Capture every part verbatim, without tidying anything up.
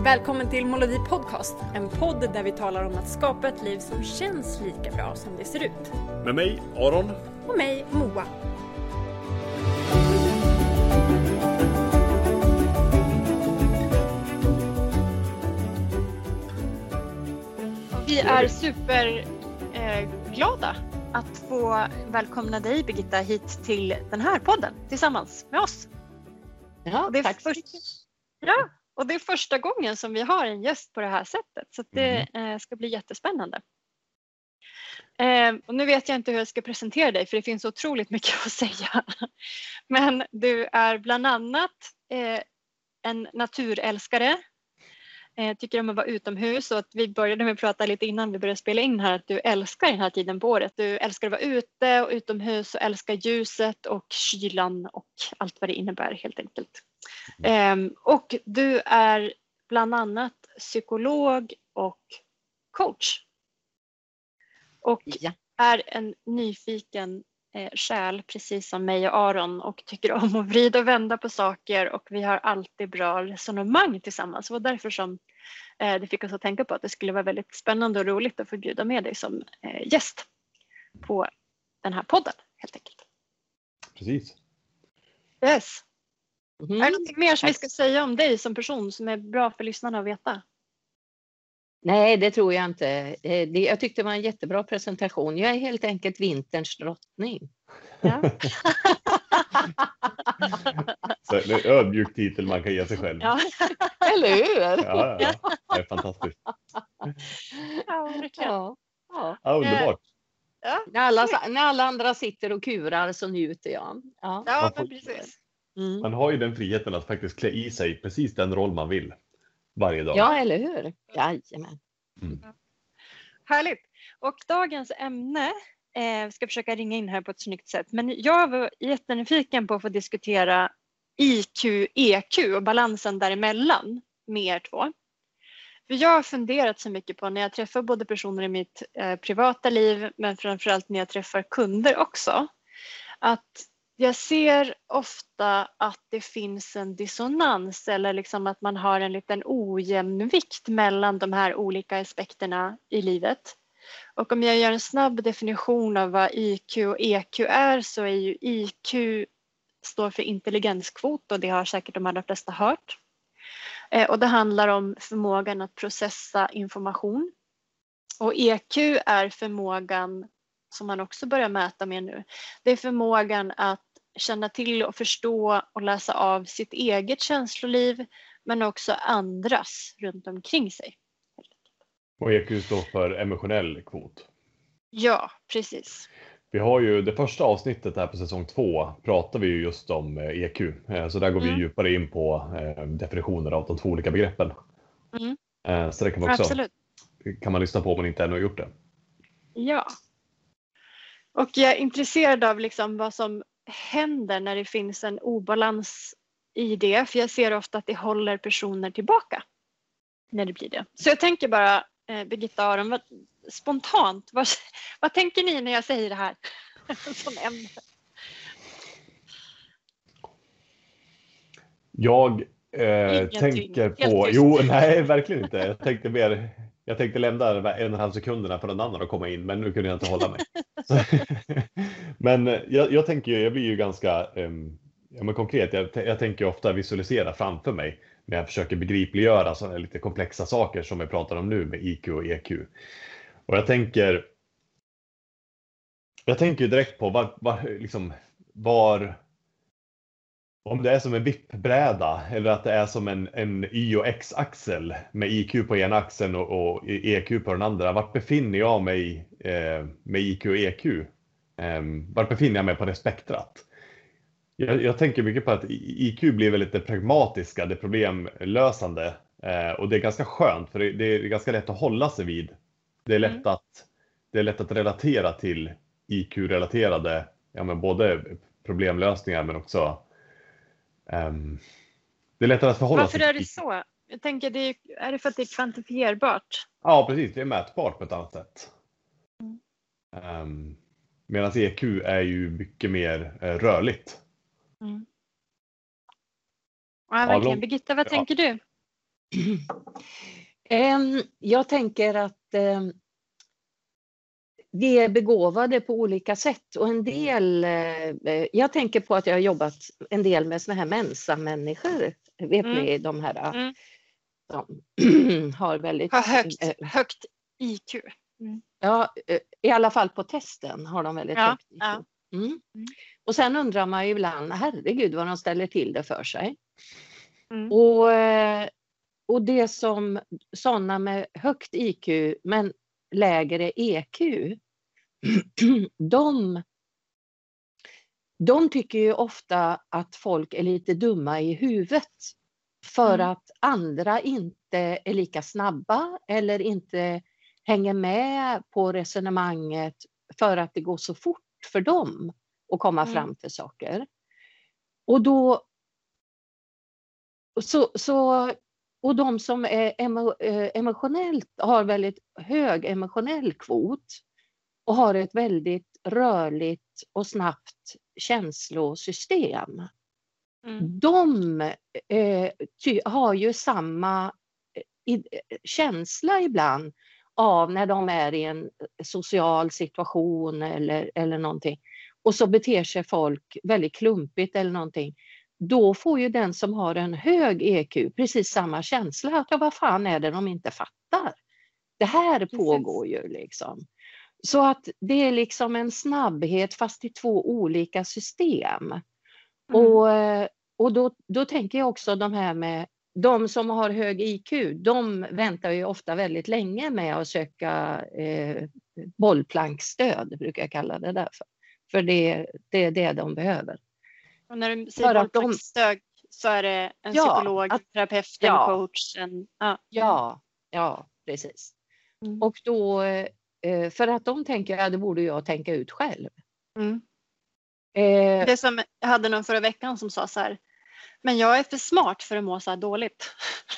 Välkommen till Molodi Podcast, en podd där vi talar om att skapa ett liv som känns lika bra som det ser ut. Med mig, Aron. Och mig, Moa. Vi är superglada eh, att få välkomna dig, Birgitta, hit till den här podden tillsammans med oss. Ja, det är tack. Först... Ja, och det är första gången som vi har en gäst på det här sättet. Så det mm. eh, ska bli jättespännande. Eh, och nu vet jag inte hur jag ska presentera dig, för det finns otroligt mycket att säga. Men du är bland annat eh, en naturälskare. Eh, tycker om att vara utomhus, och att vi började med att prata lite innan vi började spela in här, att du älskar den här tiden på året. Du älskar att vara ute och utomhus och älskar ljuset och kylan och allt vad det innebär helt enkelt. Mm. Eh, och du är bland annat psykolog och coach. Och ja. är en nyfiken eh, själ, precis som mig och Aron, och tycker om att vrida och vända på saker, och vi har alltid bra resonemang tillsammans. Och därför som eh, det fick oss att tänka på att det skulle vara väldigt spännande och roligt att få bjuda med dig som eh, gäst på den här podden helt enkelt. Precis. Yes. Mm. Är det något mer som vi ska säga om dig som person som är bra för lyssnarna att veta? Nej, det tror jag inte. Jag tyckte det var en jättebra presentation. Jag är helt enkelt vinterns drottning. Ja. Så det är en ödmjuk titel man kan ge sig själv. Ja. Eller hur? Ja, ja, ja. Det är fantastiskt. Ja, verkligen. Ja, ja. Ja, underbart. Ja. När, alla, när alla andra sitter och kurar så njuter jag. Ja, ja får, men precis. Mm. Man har ju den friheten att faktiskt klä i sig precis den roll man vill varje dag. Ja, eller hur? Jajamän. Mm. Härligt. Och dagens ämne eh, ska försöka ringa in här på ett snyggt sätt. Men jag var jättenyfiken på att få diskutera I Q, E Q och balansen däremellan med er två. För jag har funderat så mycket på när jag träffar både personer i mitt eh, privata liv, men framförallt när jag träffar kunder också, att jag ser ofta att det finns en dissonans, eller liksom att man har en liten ojämnvikt mellan de här olika aspekterna i livet. Och om jag gör en snabb definition av vad I Q och E Q är, så är ju I Q står för intelligenskvot, och det har säkert de allra flesta hört. Eh, och det handlar om förmågan att processa information. Och E Q är förmågan som man också börjar mäta med nu. Det är förmågan att känna till och förstå och läsa av sitt eget känsloliv, men också andras runt omkring sig. Och E Q står för emotionell kvot. Ja, precis. Vi har ju det första avsnittet här på säsong två, pratar vi ju just om E Q. Så där går vi mm. djupare in på definitioner av de två olika begreppen. Mm. Så det kan man också Absolut. kan man lyssna på om man inte ännu har gjort det. Ja. Och jag är intresserad av liksom vad som händer när det finns en obalans i det. För jag ser ofta att det håller personer tillbaka när det blir det. Så jag tänker bara, eh, Birgitta och Aron, vad, spontant, vad, vad tänker ni när jag säger det här som ämne? Jag eh, tänker på... Jo, nej, verkligen inte. Jag tänkte mer... Jag tänkte lämna en och en halv sekunderna för någon annan att komma in, men nu kunde jag inte hålla mig. Så, men jag, jag tänker ju, jag blir ju ganska um, ja, men konkret. Jag, jag tänker ofta visualisera framför mig när jag försöker begripliggöra sådana lite komplexa saker som vi pratar om nu med I Q och E Q. Och jag tänker, jag tänker direkt på var, var, liksom, var om det är som en vippbräda eller att det är som en, en Y- och X-axel med I Q på ena axeln och, och E Q på den andra. Vart befinner jag mig eh, med I Q och E Q? Eh, vart befinner jag mig på det spektrat? Jag, jag tänker mycket på att I Q blir väldigt det pragmatiska, det problemlösande. Eh, och det är ganska skönt, för det, det är ganska lätt att hålla sig vid. Det är lätt, mm. att, det är lätt att relatera till I Q-relaterade, ja, men både problemlösningar men också Um, det är lättare att förhålla sig. Varför är det så? Jag tänker, det är, är det för att det är kvantifierbart? Ja, precis. Det är mätbart på ett annat sätt. Mm. Um, medan E Q är ju mycket mer uh, rörligt. Mm. Ja, verkligen. Ja, Birgitta, vad ja. tänker du? Em, Jag tänker att em, vi är begåvade på olika sätt och en del, eh, jag tänker på att jag har jobbat en del med såna här Mensa-människor. Vet Mm. ni, de här Mm. de har väldigt Har högt, eh, högt I Q. Mm. ja, eh, i alla fall på testen har de väldigt Ja, högt I Q. ja. Mm. Mm. Och sen undrar man ju ibland, herregud vad de ställer till det för sig. Mm. Och, eh, och det som sådana med högt I Q men lägre E Q, de, de tycker ju ofta att folk är lite dumma i huvudet för Mm. att andra inte är lika snabba eller inte hänger med på resonemanget för att det går så fort för dem att komma Mm. fram till saker. Och då så, så och de som är emo, eh, emotionellt har väldigt hög emotionell kvot och har ett väldigt rörligt och snabbt känslosystem. Mm. De eh, ty, har ju samma i, känsla ibland av när de är i en social situation eller, eller någonting. Och så beter sig folk väldigt klumpigt eller någonting. Då får ju den som har en hög E Q precis samma känsla. Att ja, vad fan är det de inte fattar? Det här Precis. pågår ju liksom. Så att det är liksom en snabbhet fast i två olika system. Mm. Och, och då, då tänker jag också de här med de som har hög I Q, de väntar ju ofta väldigt länge med att söka eh, bollplankstöd, brukar jag kalla det därför. För det, det är det de behöver. Och när du säger För att de- bollplankstöd så är det en Ja, psykolog, att- en terapeut, ja. en coach. En, ja. Ja, ja, precis. Mm. Och då, eh, för att de tänker, ja det borde jag tänka ut själv. Mm. Eh, Det som jag hade någon förra veckan som sa så här, men jag är för smart för att må så här dåligt.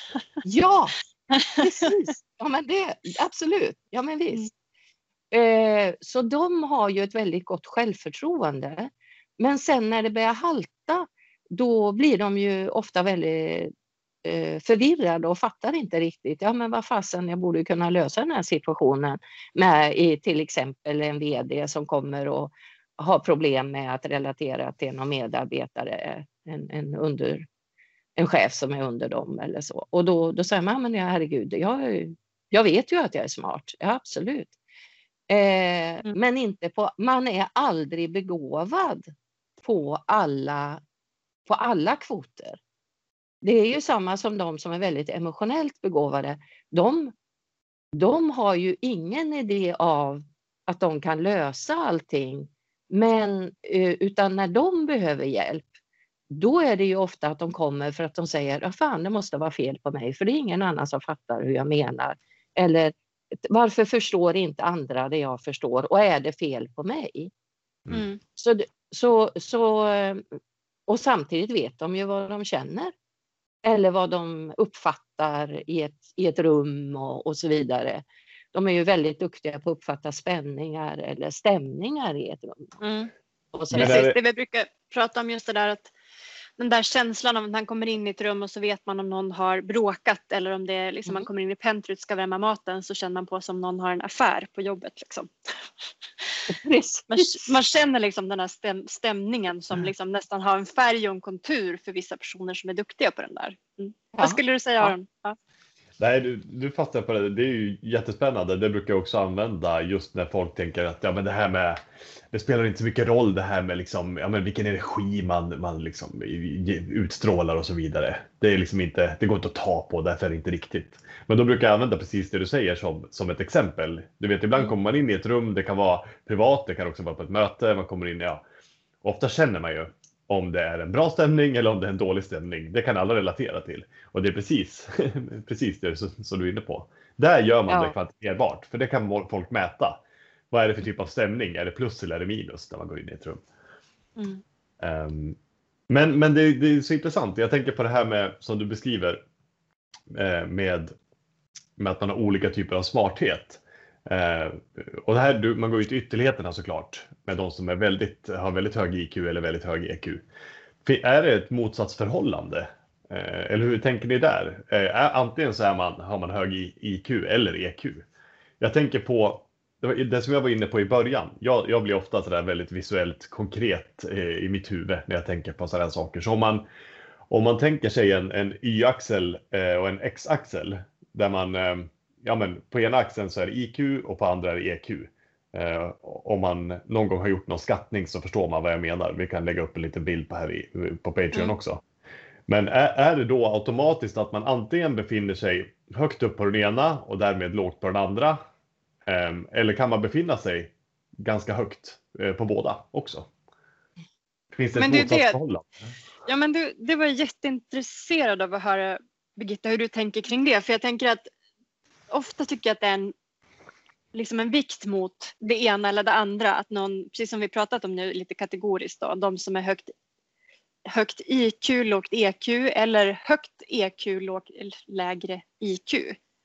Ja, precis. Ja, men det, absolut. Ja, men visst. Eh, så de har ju ett väldigt gott självförtroende. Men sen när det börjar halta, då blir de ju ofta väldigt eh, förvirrade och fattar inte riktigt. Ja, men vad fasen, jag borde kunna lösa den här situationen med i, till exempel en vd som kommer och har problem med att relatera till någon medarbetare, en, en under en chef som är under dem eller så. Och då, då säger man, men ja, herregud, jag, jag vet ju att jag är smart. Ja, absolut. Eh, Mm. Men inte på, man är aldrig begåvad på alla, på alla kvoter. Det är ju samma som de som är väldigt emotionellt begåvade. De, de har ju ingen idé av att de kan lösa allting. Men eh, utan när de behöver hjälp, då är det ju ofta att de kommer för att de säger, ja fan det måste vara fel på mig för det är ingen annan som fattar hur jag menar. Eller varför förstår inte andra det jag förstår och är det fel på mig? Mm. Så, så, så, och samtidigt vet de ju vad de känner. Eller vad de uppfattar i ett, i ett rum och, och så vidare. De är ju väldigt duktiga på att uppfatta spänningar eller stämningar i ett rum. Mm. Och så Men där. Precis, det- det vi brukar prata om just det där att den där känslan av att man kommer in i ett rum och så vet man om någon har bråkat eller om det är liksom Mm. man kommer in i pentryt ska värma maten så känner man på som någon har en affär på jobbet liksom. Man, Precis. man känner liksom den här stäm, stämningen som liksom nästan har en färg och en kontur för vissa personer som är duktiga på den där. Mm. Ja. Vad skulle du säga Ja. Aron? Ja. Nej, du, du fattar på det. Det är ju jättespännande. Det brukar jag också använda just när folk tänker att ja, men det här med det spelar inte så mycket roll det här med liksom, ja, men vilken energi man, man liksom utstrålar och så vidare. Det är liksom inte, det går inte att ta på, därför är det inte riktigt. Men då brukar jag använda precis det du säger som, som ett exempel. Du vet, ibland Mm. kommer man in i ett rum, det kan vara privat, det kan också vara på ett möte, man kommer in, ja. Ofta känner man ju om det är en bra stämning eller om det är en dålig stämning. Det kan alla relatera till. Och det är precis, precis det som, som du är inne på. Där gör man Ja. det kvantifierbart, för det kan folk mäta. Vad är det för typ av stämning? Är det plus eller är det minus när man går in i ett rum? Mm. Um, men men det, det är så intressant. Jag tänker på det här med, som du beskriver, eh, med, med att man har olika typer av smarthet. Eh, och det här, du, man går ju till ytterligheterna såklart, med de som är väldigt, har väldigt hög I Q eller väldigt hög E Q. Är det ett motsatsförhållande? Eh, eller hur tänker ni där? Eh, antingen så är man, har man hög I Q eller E Q. Jag tänker på det, var det som jag var inne på i början. Jag, jag blir ofta så där väldigt visuellt konkret eh, i mitt huvud när jag tänker på sådana saker. Så om man, om man tänker sig en, en Y-axel eh, och en X-axel där man, eh, ja men på ena axeln så är det I Q och på andra är det E Q. Eh, om man någon gång har gjort någon skattning så förstår man vad jag menar. Vi kan lägga upp en liten bild på här i, på Patreon mm. också. Men är, är det då automatiskt att man antingen befinner sig högt upp på den ena och därmed lågt på den andra? Eh, eller kan man befinna sig ganska högt eh, på båda också? Finns det ett motsatsförhållande? Ja, men du, det var jätteintresserad av att höra, Birgitta, hur du tänker kring det. För jag tänker att ofta tycker jag att det är en, liksom en vikt mot det ena eller det andra. Att någon, precis som vi pratat om nu lite kategoriskt då, de som är högt, högt I Q, lågt E Q eller högt E Q, lågt, lägre I Q.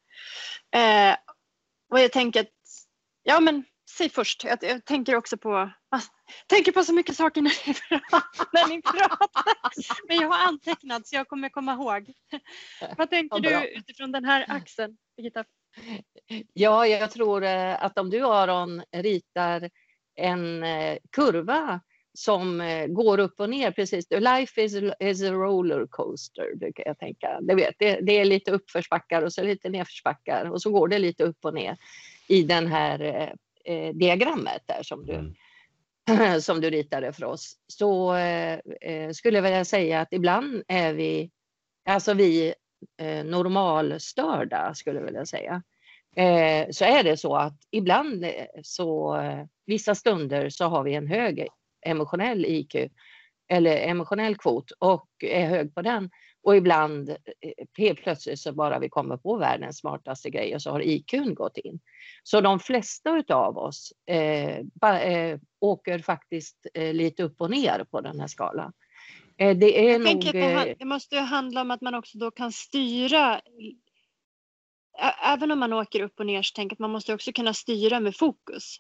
Eh, och jag tänker att, ja men säg först, jag, jag tänker också på, jag tänker på så mycket saker när ni, när ni pratar. Men jag har antecknat så jag kommer komma ihåg. Vad tänker du utifrån den här axeln, Birgitta? Ja, jag tror att om du, Aron, ritar en kurva som går upp och ner, precis. Life is, is a roller coaster, brukar jag tänka. Det, vet, det, det är lite uppförsbackar och så lite nedförsbackar och så går det lite upp och ner i den här eh, diagrammet där som du, mm. som du ritade för oss. Så eh, skulle jag vilja säga att ibland är vi, alltså vi eh, normalstörda skulle jag vilja säga. Eh, så är det så att ibland så eh, vissa stunder så har vi en hög emotionell I Q eller emotionell kvot och är hög på den, och ibland eh, helt plötsligt så bara vi kommer på världens smartaste grej och så har I Q:n gått in. Så de flesta av oss eh, ba, eh, åker faktiskt eh, lite upp och ner på den här skalan. Eh, det är Jag nog, tänker att det, det måste ju handla om att man också då kan styra. Även om man åker upp och ner så tänker jag att man måste också kunna styra med fokus.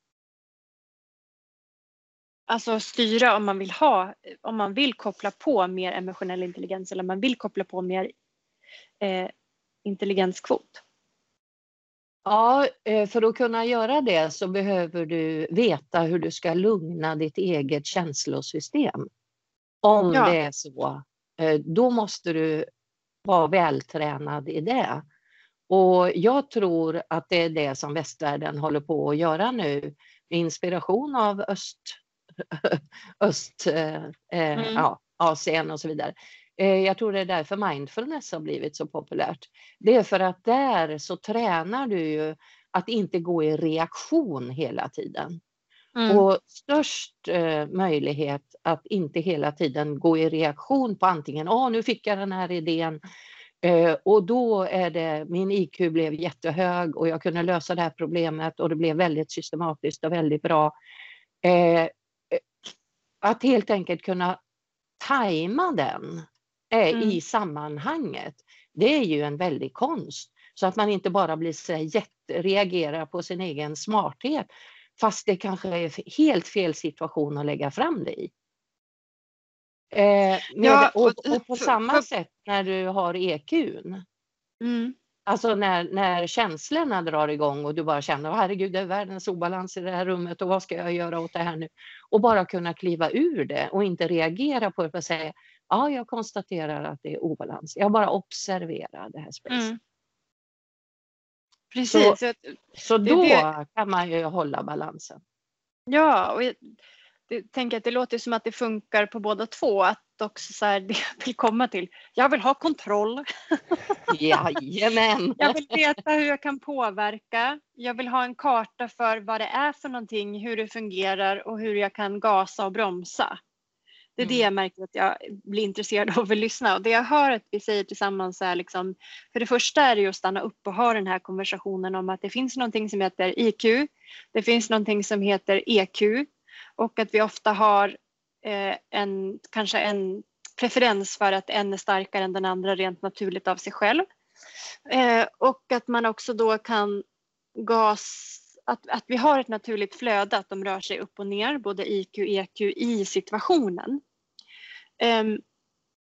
Alltså styra om man vill ha, om man vill koppla på mer emotionell intelligens eller om man vill koppla på mer eh, intelligenskvot. Ja, för att kunna göra det så behöver du veta hur du ska lugna ditt eget känslosystem. Om ja. det är så, då måste du vara vältränad i det. Och jag tror att det är det som västvärlden håller på att göra nu med inspiration av öst, öst eh, mm. ja, Asien och så vidare. Eh, jag tror det är därför mindfulness har blivit så populärt. Det är för att där så tränar du ju att inte gå i reaktion hela tiden. Mm. Och störst eh, möjlighet att inte hela tiden gå i reaktion på antingen, åh nu fick jag den här idén. Uh, och då är det, min I Q blev jättehög och jag kunde lösa det här problemet och det blev väldigt systematiskt och väldigt bra. Uh, att helt enkelt kunna tajma den uh, mm. i sammanhanget, det är ju en väldig konst. Så att man inte bara blir så jätte, reagerar på sin egen smarthet, fast det kanske är helt fel situation att lägga fram det i. Eh, med, ja, och, och på samma för, sätt när du har E Q:n. Mm. Alltså när, när känslorna drar igång och du bara känner, herregud det är världens obalans i det här rummet och vad ska jag göra åt det här nu? Och bara kunna kliva ur det och inte reagera på det och säga, ja jag konstaterar att det är obalans. Jag bara observerar det här space. Mm. Precis. Så, så då det... kan man ju hålla balansen. Ja, och jag... Jag tänker att det låter som att det funkar på båda två. Att också så här, det jag vill komma till. Jag vill ha kontroll. Jajamän. Jag vill veta hur jag kan påverka. Jag vill ha en karta för vad det är för någonting. Hur det fungerar och hur jag kan gasa och bromsa. Det är mm. det jag märker att jag blir intresserad av att lyssna. Och det jag hör att vi säger tillsammans är liksom. För det första är det ju att stanna upp och ha den här konversationen om att det finns någonting som heter I Q. Det finns någonting som heter E Q. Och att vi ofta har eh, en, kanske en preferens för att en är starkare än den andra rent naturligt av sig själv. Eh, och att man också då kan gas, att, att vi har ett naturligt flöde, att de rör sig upp och ner, både I Q och E Q i situationen. Eh,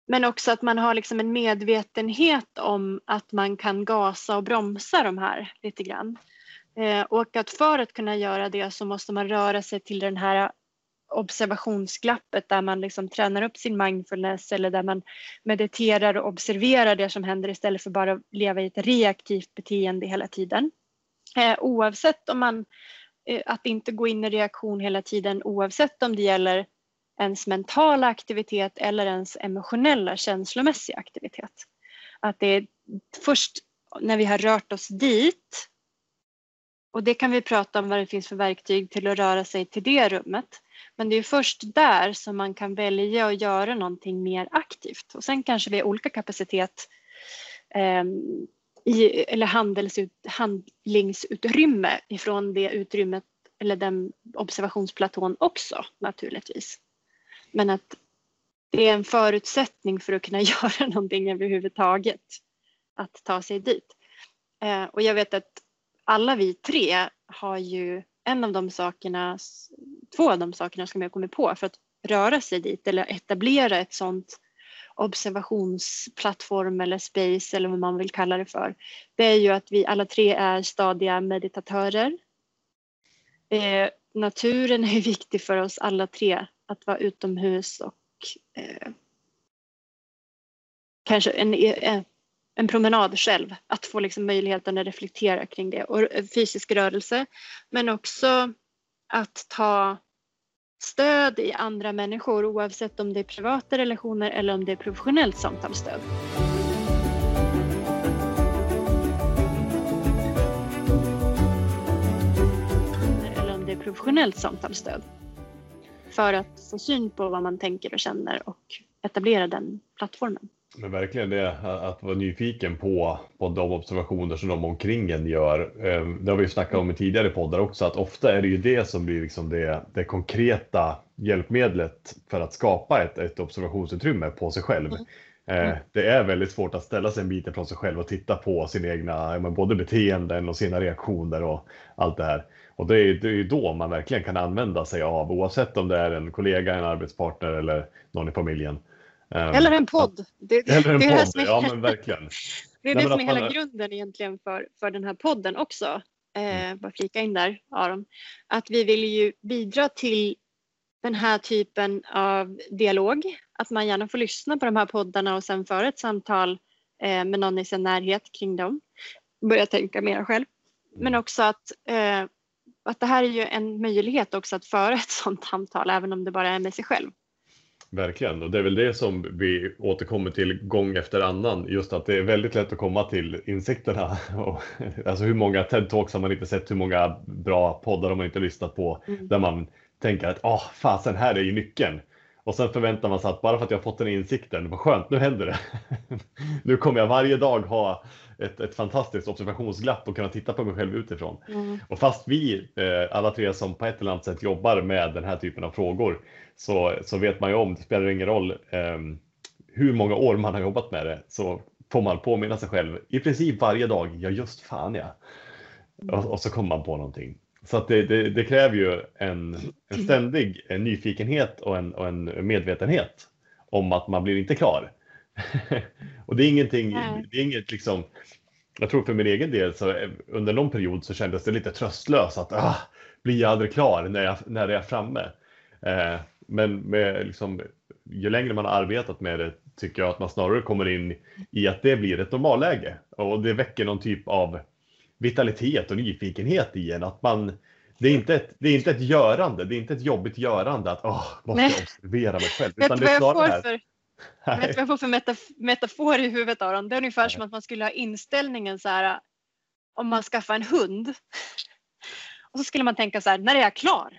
Men också att man har liksom en medvetenhet om att man kan gasa och bromsa de här lite grann. Eh, och att för att kunna göra det så måste man röra sig till den här observationsglappet där man liksom tränar upp sin mindfulness eller där man mediterar och observerar det som händer istället för bara att leva i ett reaktivt beteende hela tiden. Eh, oavsett om man, eh, att inte gå in i reaktion hela tiden, oavsett om det gäller ens mentala aktivitet eller ens emotionella känslomässiga aktivitet. Att det är först när vi har rört oss dit, och det kan vi prata om vad det finns för verktyg till att röra sig till det rummet. Men det är först där som man kan välja att göra någonting mer aktivt. Och sen kanske vi har olika kapacitet eh, i, eller handelsut, handlingsutrymme ifrån det utrymmet eller den observationsplatån också naturligtvis. Men att det är en förutsättning för att kunna göra någonting överhuvudtaget. Att ta sig dit. Eh, och jag vet att alla vi tre har ju en av de sakerna, två av de sakerna som jag kommer på för att röra sig dit eller etablera ett sånt observationsplattform eller space eller vad man vill kalla det för. Det är ju att vi alla tre är stadiga meditatörer. Eh, naturen är viktig för oss alla tre. Att vara utomhus och eh, kanske en, en, en promenad själv. Att få liksom möjligheten att reflektera kring det. Och fysisk rörelse. Men också att ta stöd i andra människor oavsett om det är privata relationer eller om det är professionellt samtalsstöd. Eller om det är professionellt samtalsstöd. För att få syn på vad man tänker och känner och etablera den plattformen. Men verkligen det, att vara nyfiken på, på de observationer som de omkring en gör. Det har vi snackat om i tidigare poddar också, att ofta är det ju det som blir liksom det, det konkreta hjälpmedlet för att skapa ett, ett observationsutrymme på sig själv. Mm. Mm. Det är väldigt svårt att ställa sig en bit från sig själv och titta på sin egna, både beteenden och sina reaktioner och allt det här. Och det är ju då man verkligen kan använda sig av, oavsett om det är en kollega, en arbetspartner eller någon i familjen. Eller en podd. Det, eller en det är podd, det är, ja men verkligen. Det är det som är hela grunden egentligen för, för den här podden också. Eh, bara flika in där, Aron. Att vi vill ju bidra till den här typen av dialog. Att man gärna får lyssna på de här poddarna och sen föra ett samtal eh, med någon i sin närhet kring dem. Börja tänka mer själv. Men också att, eh, att det här är ju en möjlighet också att föra ett sånt samtal även om det bara är med sig själv. Verkligen, och det är väl det som vi återkommer till gång efter annan. Just att det är väldigt lätt att komma till insikterna. Alltså hur många TED-talks har man inte sett, hur många bra poddar har man inte lyssnat på. Mm. Där man tänker att åh, fasen, här är ju nyckeln. Och sen förväntar man sig att bara för att jag har fått den insikten, vad skönt, nu händer det. Nu kommer jag varje dag ha ett, ett fantastiskt observationsglapp och kunna titta på mig själv utifrån. Mm. Och fast vi, eh, alla tre som på ett eller annat sätt jobbar med den här typen av frågor, så, så vet man ju om, det spelar ingen roll eh, hur många år man har jobbat med det, så får man påminna sig själv i princip varje dag, ja just fan ja. Mm. Och, och så kommer man på någonting. Så att det, det, det kräver ju en, en ständig en nyfikenhet och en, och en medvetenhet om att man blir inte klar. Och det är ingenting, det är inget liksom, jag tror för min egen del så under någon period så kändes det lite tröstlöst att ah, blir jag aldrig klar när jag, när jag är framme. Eh, men med liksom, ju längre man har arbetat med det tycker jag att man snarare kommer in i att det blir ett normalläge. Och det väcker någon typ av vitalitet och nyfikenhet i en. Att man, det, är inte ett, det är inte ett görande, det är inte ett jobbigt görande att åh, måste jag observera mig själv. Vet du vad jag får för, vet vad jag får för metaf- metafor i huvudet, Aron? Det är ungefär Nej. som att man skulle ha inställningen så här, om man skaffar en hund. Och så skulle man tänka så här, när är jag klar?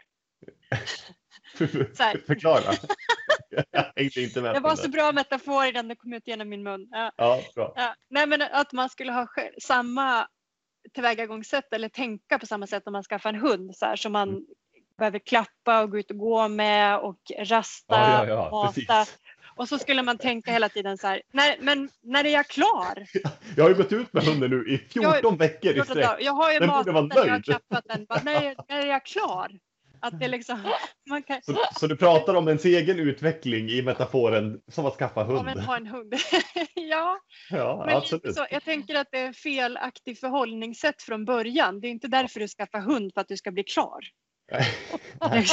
Så här. Förklara. Jag inte med det var så bra metafor innan det kom ut genom min mun. Ja. Ja, bra. Ja. Nej, men att man skulle ha själv, samma tillvägagångssätt eller tänka på samma sätt om man skaffar en hund så här, som man mm. behöver klappa och gå ut och gå med och rasta ja, ja, ja, och mata. Och så skulle man tänka hela tiden så här, när, men när är jag klar? Jag har ju gått ut med hunden nu i fjorton jag, veckor i sträck. Jag har ju matat den, jag har klappat den. Bara, när, när är jag klar? Att det liksom, man kan... så, så du pratar om ens egen utveckling i metaforen som att skaffa hund? Ja, men ha en hund. Ja, ja men absolut. så, jag tänker att det är felaktigt förhållningssätt från början. Det är inte därför du skaffar hund, för att du ska bli klar. Nej. Nej.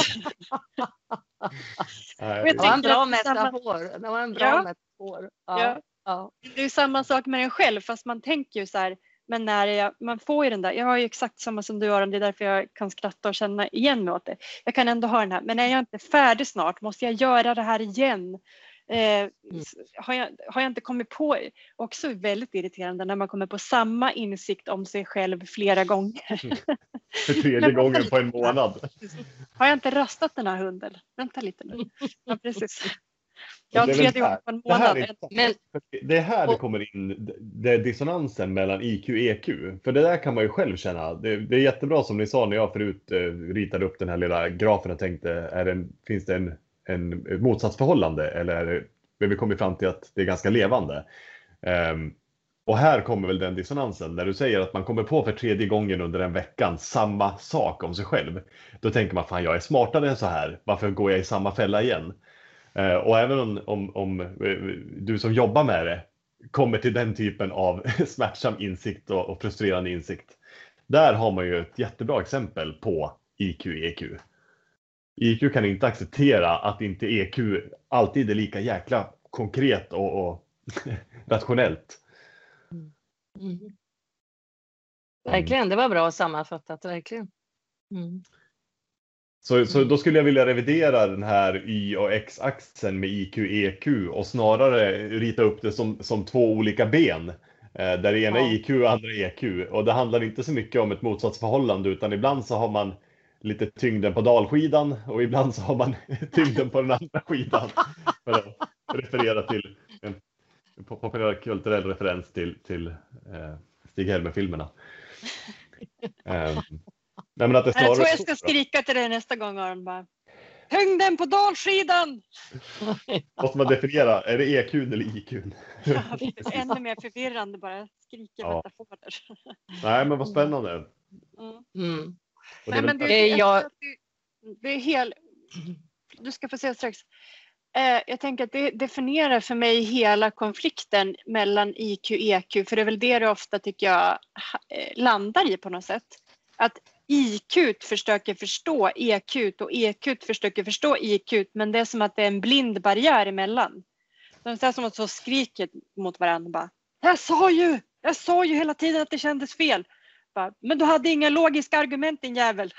Det var en bra metafor. Det var en bra ja. metafor. Ja. Ja. Ja. Det är samma sak med en själv, fast man tänker ju så här, men när jag, man får ju den där, jag har ju exakt samma som du, Aron, det är därför jag kan skratta och känna igen mig åt det. Jag kan ändå ha den här, men är jag inte färdig snart, måste jag göra det här igen? Eh, mm. har, jag, har jag inte kommit på, också väldigt irriterande när man kommer på samma insikt om sig själv flera gånger. För tredje gången på en månad. Har jag inte rastat den här hunden? Vänta lite nu. Ja, precis. Ja, tredje gången på en månad. Det, men, det är här det kommer in, det är dissonansen mellan I Q och E Q. För det där kan man ju själv känna. Det, det är jättebra som ni sa när jag förut eh, ritade upp den här lilla grafen och tänkte, är det en, finns det en, en motsatsförhållande eller är det, men vi kommer fram till att det är ganska levande. Um, och här kommer väl den dissonansen när du säger att man kommer på för tredje gången under en veckan samma sak om sig själv. Då tänker man, fan jag är smartare än så här, varför går jag i samma fälla igen? Uh, och även om, om, om uh, du som jobbar med det kommer till den typen av smärtsam insikt och, och frustrerande insikt. Där har man ju ett jättebra exempel på I Q och E Q. I Q kan inte acceptera att inte E Q alltid är lika jäkla konkret och, och rationellt. Mm. Verkligen, det var bra sammanfattat, verkligen. Mm. Så, så då skulle jag vilja revidera den här Y- och X-axeln med I Q och E Q och snarare rita upp det som, som två olika ben. Eh, där det ena är I Q och andra E Q. Och det handlar inte så mycket om ett motsatsförhållande, utan ibland så har man lite tyngden på dalskidan och ibland så har man tyngden på den andra skidan. För att referera till en populärkulturell referens till, till eh, Stig-Helmer-filmerna. Um, nej, men att det jag tror jag ska skrika till dig nästa gång, Aron, bara. Tyngden på dalskidan! Måste man definiera, är det E Q eller I Q? Ja, det är ännu mer förvirrande, bara skrika ja. Metaforer. Nej, men vad spännande. Mm. Mm. Nej, men det, det, jag... det är helt... Du ska få se strax. Eh, jag tänker att det definierar för mig hela konflikten mellan I Q och E Q. För det är väl det det ofta tycker jag landar i på något sätt. Att I Q försöker förstå E Q och E Q försöker förstå I Q. Men det är som att det är en blind barriär emellan. De är som att så skriker mot varandra. Bara, jag sa ju! Jag sa ju hela tiden att det kändes fel. Bara, men du hade inga logiska argument, din jävel.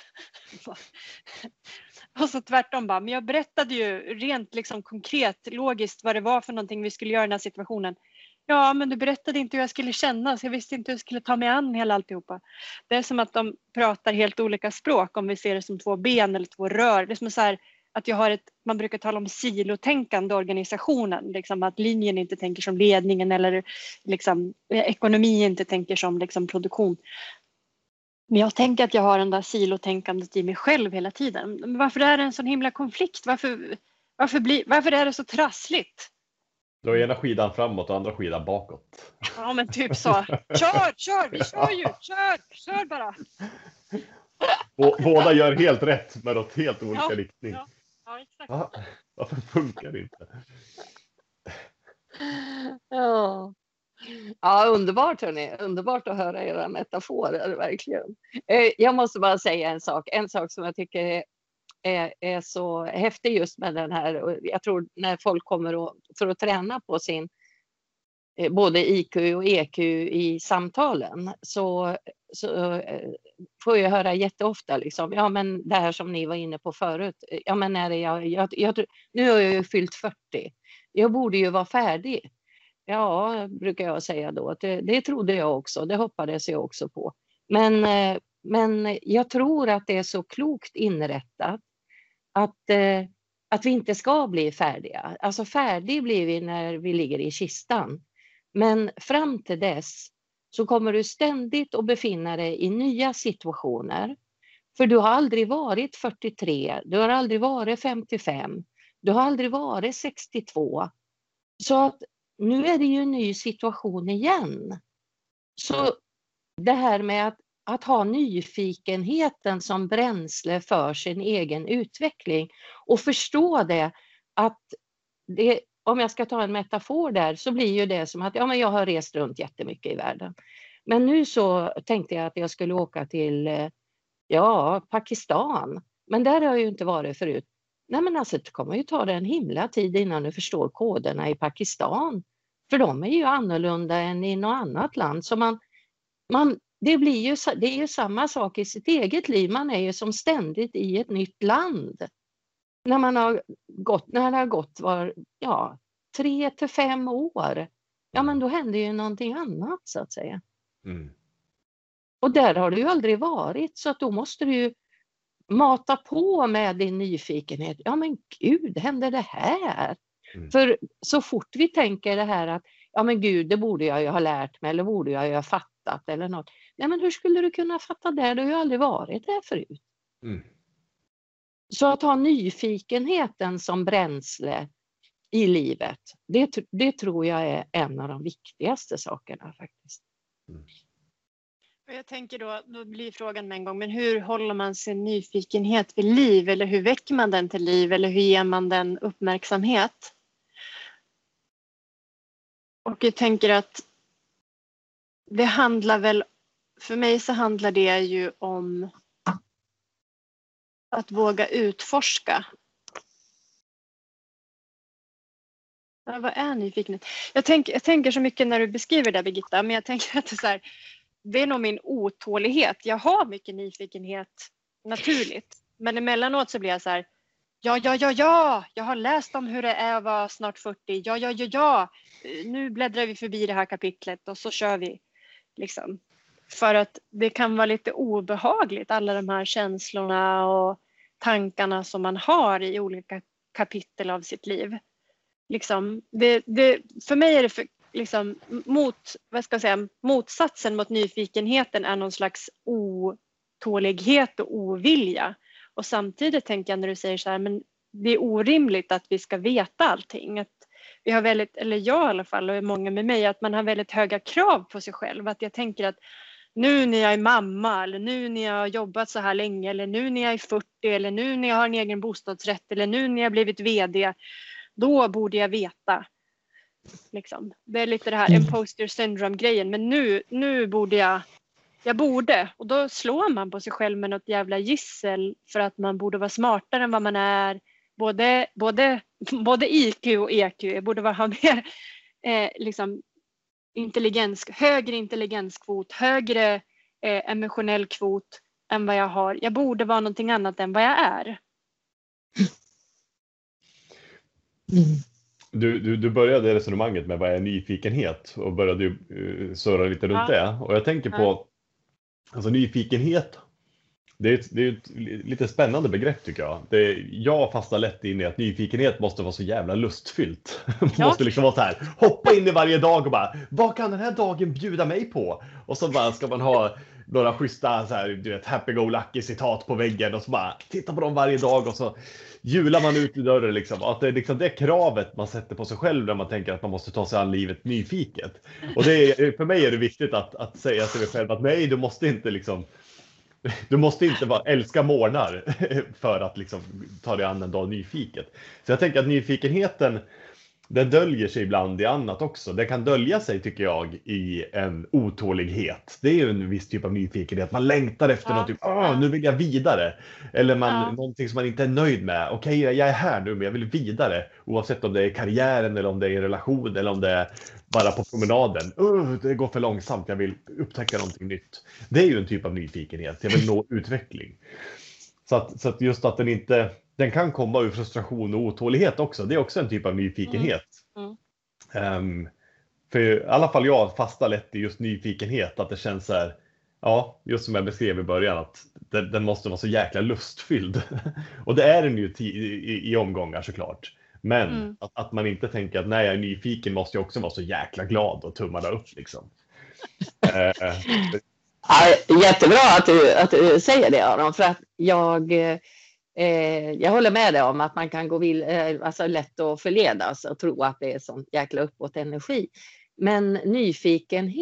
Och så tvärtom bara, men jag berättade ju rent liksom konkret, logiskt vad det var för någonting vi skulle göra i den här situationen. Ja, men du berättade inte hur jag skulle känna, så jag visste inte hur jag skulle ta mig an hela alltihopa. Det är som att de pratar helt olika språk om vi ser det som två ben eller två rör. Det är som så här, att jag har ett, man brukar tala om silotänkande organisationen, liksom att linjen inte tänker som ledningen eller liksom ekonomi inte tänker som liksom produktion. Men jag tänker att jag har den där silotänkandet i mig själv hela tiden. Men varför är det en sån himla konflikt? Varför, varför, blir, varför är det så trassligt? Du har ena skidan framåt och andra skidan bakåt. Ja, men typ så. Kör, kör, vi kör ju. Kör, kör bara. Båda gör helt rätt men åt helt olika ja, riktning. Ja, ja, exakt. Va? Varför funkar det inte? Ja. Ja, underbart hörni. Underbart att höra era metaforer, verkligen. Jag måste bara säga en sak. En sak som jag tycker är, är, är så häftig just med den här. Jag tror när folk kommer att, för att träna på sin både I Q och E Q i samtalen så, så får jag höra jätteofta liksom, ja men det här som ni var inne på förut. Ja men när jag, jag, jag, nu har jag ju fyllt fyrtio. Jag borde ju vara färdig. Ja, brukar jag säga då. Det, det trodde jag också. Det hoppades jag också på. Men, men jag tror att det är så klokt inrättat att, att vi inte ska bli färdiga. Alltså färdig blir vi när vi ligger i kistan. Men fram till dess så kommer du ständigt att befinna dig i nya situationer. För du har aldrig varit fyrtiotre. Du har aldrig varit femtiofem. Du har aldrig varit sextiotvå. Så att nu är det ju en ny situation igen. Så det här med att, att ha nyfikenheten som bränsle för sin egen utveckling och förstå det att det, om jag ska ta en metafor där, så blir ju det som att ja, men jag har rest runt jättemycket i världen. Men nu så tänkte jag att jag skulle åka till ja, Pakistan. Men där har jag ju inte varit förut. Nej, men alltså det kommer ju ta det en himla tid innan du förstår koderna i Pakistan. För de är ju annorlunda än i något annat land. Så man, man, det, blir ju, det är ju samma sak i sitt eget liv. Man är ju som ständigt i ett nytt land. När man har gått, när det har gått var, ja, tre till fem år. Ja, men då händer ju någonting annat så att säga. Mm. Och där har du ju aldrig varit. Så att då måste du ju mata på med din nyfikenhet. Ja men gud, händer det här? Mm. För så fort vi tänker det här att ja men gud, det borde jag ju ha lärt mig eller borde jag ju ha fattat eller något. Nej men hur skulle du kunna fatta det? Du har ju aldrig varit där förut. Mm. Så att ha nyfikenheten som bränsle i livet, det, det tror jag är en av de viktigaste sakerna faktiskt. Mm. Jag tänker då, då blir frågan med en gång, men hur håller man sin nyfikenhet vid liv? Eller hur väcker man den till liv? Eller hur ger man den uppmärksamhet? Och jag tänker att det handlar väl, för mig så handlar det ju om att våga utforska. Ja, vad är nyfikenhet? Jag, tänk, jag tänker så mycket när du beskriver det, Birgitta, men jag tänker att det är så här, det är nog min otålighet. Jag har mycket nyfikenhet naturligt. Men emellanåt så blir jag så här. Ja, ja, ja, ja. Jag har läst om hur det är att vara snart fyrtio. Ja, ja, ja, ja. Nu bläddrar vi förbi det här kapitlet och så kör vi. Liksom. För att det kan vara lite obehagligt. Alla de här känslorna och tankarna som man har i olika kapitel av sitt liv. Liksom, det, det, för mig är det för... Liksom, mot, vad ska jag säga, motsatsen mot nyfikenheten är någon slags otålighet och ovilja. Och samtidigt tänker jag när du säger så här, men det är orimligt att vi ska veta allting. Att vi har väldigt, eller jag i alla fall och många med mig, att man har väldigt höga krav på sig själv. Att jag tänker att nu när jag är mamma eller nu när jag har jobbat så här länge eller nu när jag är fyrtio eller nu när jag har en egen bostadsrätt eller nu när jag blivit vd, då borde jag veta. Liksom. Det är lite det här imposter syndrome grejen, men nu, nu borde jag jag borde, och då slår man på sig själv med något jävla gissel för att man borde vara smartare än vad man är, både, både, både I Q och E Q. Jag borde ha mer eh, liksom, intelligens, högre intelligenskvot, högre eh, emotionell kvot än vad jag har. Jag borde vara någonting annat än vad jag är. Mm. Du, du, du började resonemanget med vad är nyfikenhet och började ju uh, surra lite runt ja. det. Och jag tänker på, ja. alltså nyfikenhet, det är, ett, det är ett lite spännande begrepp tycker jag. Det är, jag fastnar lätt in i att nyfikenhet måste vara så jävla lustfyllt. Man ja. måste liksom vara så här, hoppa in i varje dag och bara, vad kan den här dagen bjuda mig på? Och så bara ska man ha några schyssta så här, du vet, happy-go-lucky citat på väggen och så bara titta på dem varje dag och så hjular man ut i dörren liksom. Att det är liksom det kravet man sätter på sig själv när man tänker att man måste ta sig an livet nyfiket. Och det är, för mig är det viktigt att, att säga till mig själv att nej, du måste inte liksom du måste inte bara älska morgnar för att liksom ta dig an en dag nyfiket. Så jag tänker att nyfikenheten, den döljer sig ibland i annat också. Det kan dölja sig tycker jag i en otålighet. Det är ju en viss typ av nyfikenhet. Man längtar efter ja. något typ, ah, nu vill jag vidare. Eller man, ja. någonting som man inte är nöjd med. Okej, okay, jag är här nu men jag vill vidare. Oavsett om det är karriären eller om det är en relation eller om det är bara på promenaden. Uh, det går för långsamt, jag vill upptäcka någonting nytt. Det är ju en typ av nyfikenhet. Jag vill nå utveckling. Så att, så att just att den inte... Den kan komma ur frustration och otålighet också. Det är också en typ av nyfikenhet. Mm. Mm. Um, för i alla fall jag fastnar lätt i just nyfikenhet. Att det känns så här, ja, just som jag beskrev i början, att den, den måste vara så jäkla lustfylld. Och det är den ju i, i, i omgångar såklart. Men mm. att, att man inte tänker att när jag är nyfiken måste jag också vara så jäkla glad och tummarna upp liksom. uh, ja, jättebra att du, att du säger det, Aron, för att jag... Eh, jag håller med dig om att man kan gå vill, eh, alltså lätt att förledas och tro att det är sån jäkla uppåt energi. Men nyfikenhet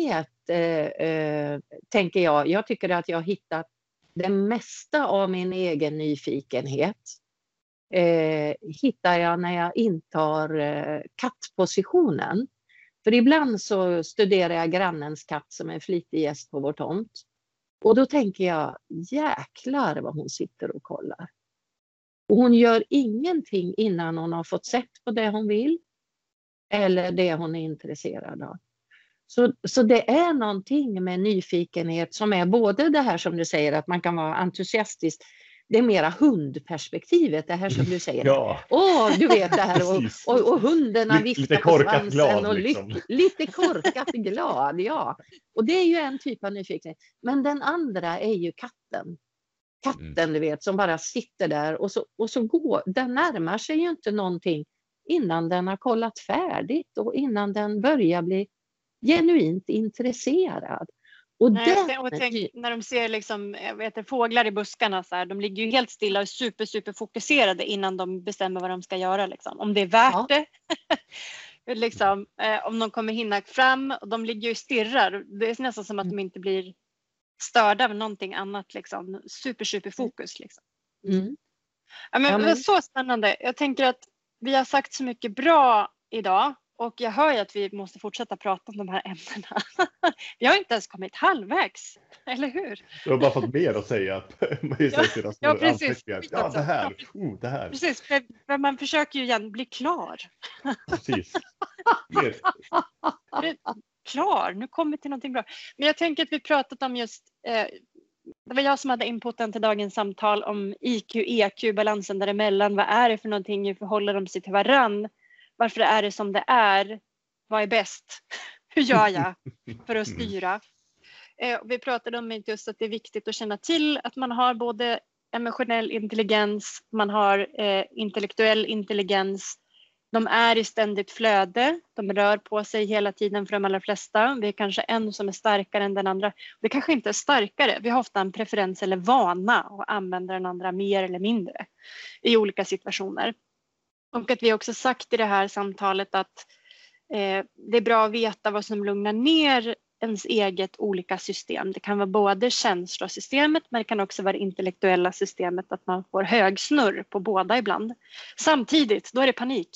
eh, eh, tänker jag, jag tycker att jag har hittat det mesta av min egen nyfikenhet. Eh, hittar jag när jag intar eh, kattpositionen. För ibland så studerar jag grannens katt som är en flitig gäst på vår tomt. Och då tänker jag, jäklar vad hon sitter och kollar. Och hon gör ingenting innan hon har fått sett på det hon vill. Eller det hon är intresserad av. Så, så det är någonting med nyfikenhet som är både det här som du säger att man kan vara entusiastisk. Det är mera hundperspektivet, det här som du säger. Ja. Åh, du vet det här och, och, och hundarna viftar lite på svansen. glad, och liksom. lyck, lite korkat glad, ja. Och det är ju en typ av nyfikenhet. Men den andra är ju katten. Katten, mm. du vet, som bara sitter där och så, och så går. Den närmar sig ju inte någonting innan den har kollat färdigt och innan den börjar bli genuint intresserad. Och Nej, den, och tänk, när de ser liksom, jag vet, fåglar i buskarna så här, de ligger ju helt stilla och super super fokuserade innan de bestämmer vad de ska göra liksom. Om det är värt ja. det. liksom, eh, om de kommer hinna fram, och de ligger ju och stirrar. Det är nästan som att de inte blir störda av någonting annat liksom. Super super fokus liksom. Mm. Ja, men, ja, men... Det var så spännande. Jag tänker att vi har sagt så mycket bra idag. Och jag hör ju att vi måste fortsätta prata om de här ämnena. Vi har inte ens kommit halvvägs, eller hur? Du har bara fått mer att säga. ja, ja, precis. Ja, det här. Oh, det här. Precis, för, för man försöker ju igen bli klar. Precis. Mer. Klar, nu kommer vi till någonting bra. Men jag tänker att vi pratat om just... Eh, det var jag som hade inputen till dagens samtal om I Q, E Q, balansen däremellan. Vad är det för någonting? Hur förhåller de sig till varann? Varför är det som det är? Vad är bäst? Hur gör jag för att styra? Eh, vi pratade om just att det är viktigt att känna till att man har både emotionell intelligens, man har eh, intellektuell intelligens. De är i ständigt flöde, de rör på sig hela tiden för de allra flesta. Det är kanske en som är starkare än den andra. Det kanske inte är starkare, vi har ofta en preferens eller vana att använda den andra mer eller mindre i olika situationer. Och att vi också sagt i det här samtalet att eh, det är bra att veta vad som lugnar ner ens eget olika system. Det kan vara både känslosystemet, men det kan också vara det intellektuella systemet, att man får hög snurr på båda ibland. Samtidigt, då är det panik.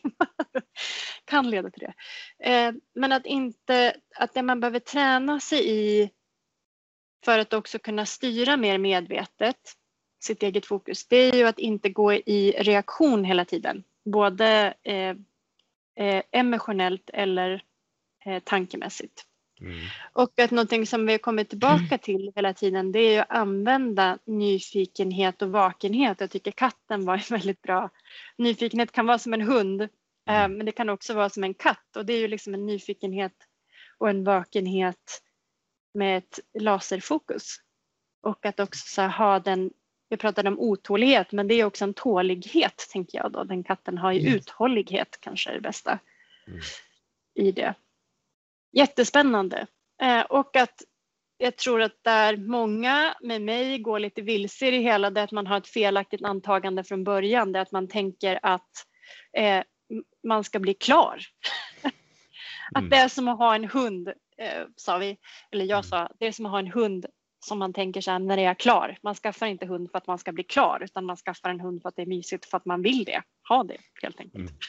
Kan leda till det. Eh, men att inte, att det man behöver träna sig i för att också kunna styra mer medvetet sitt eget fokus, det är ju att inte gå i reaktion hela tiden. Både eh, eh, emotionellt eller eh, tankemässigt. Mm. Och att någonting som vi har kommit tillbaka till hela tiden, det är ju att använda nyfikenhet och vakenhet. Jag tycker katten var väldigt bra. Nyfikenhet kan vara som en hund, mm. eh, men det kan också vara som en katt. Och det är ju liksom en nyfikenhet och en vakenhet med ett laserfokus. Och att också så ha den, jag pratade om otålighet, men det är också en tålighet, tänker jag då. Den katten har ju mm. uthållighet, kanske är det bästa mm. i det. Jättespännande. Eh, och att jag tror att där många med mig går lite vilse i det hela, det är att man har ett felaktigt antagande från början. Det är att man tänker att eh, man ska bli klar. Att mm. det är som att ha en hund, eh, sa vi, eller jag sa, det är som att ha en hund som man tänker sig när det är klar. Man skaffar inte hund för att man ska bli klar, utan man skaffar en hund för att det är mysigt, för att man vill det. Ha det, helt enkelt. Mm.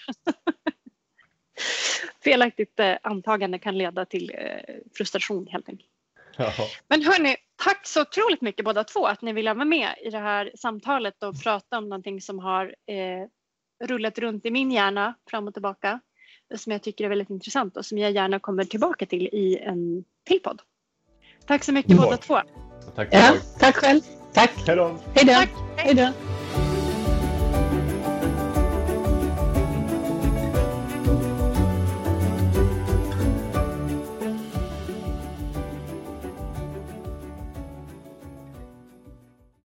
Felaktigt eh, antagande kan leda till eh, frustration, helt enkelt. Jaha. Men hörni, tack så otroligt mycket båda två att ni ville vara med i det här samtalet och prata om någonting som har eh, rullat runt i min hjärna fram och tillbaka. Som jag tycker är väldigt intressant och som jag gärna kommer tillbaka till i en till podd. Tack så mycket båda två. Tack, ja, tack själv. Tack. Hej då. Hej då. Hej då.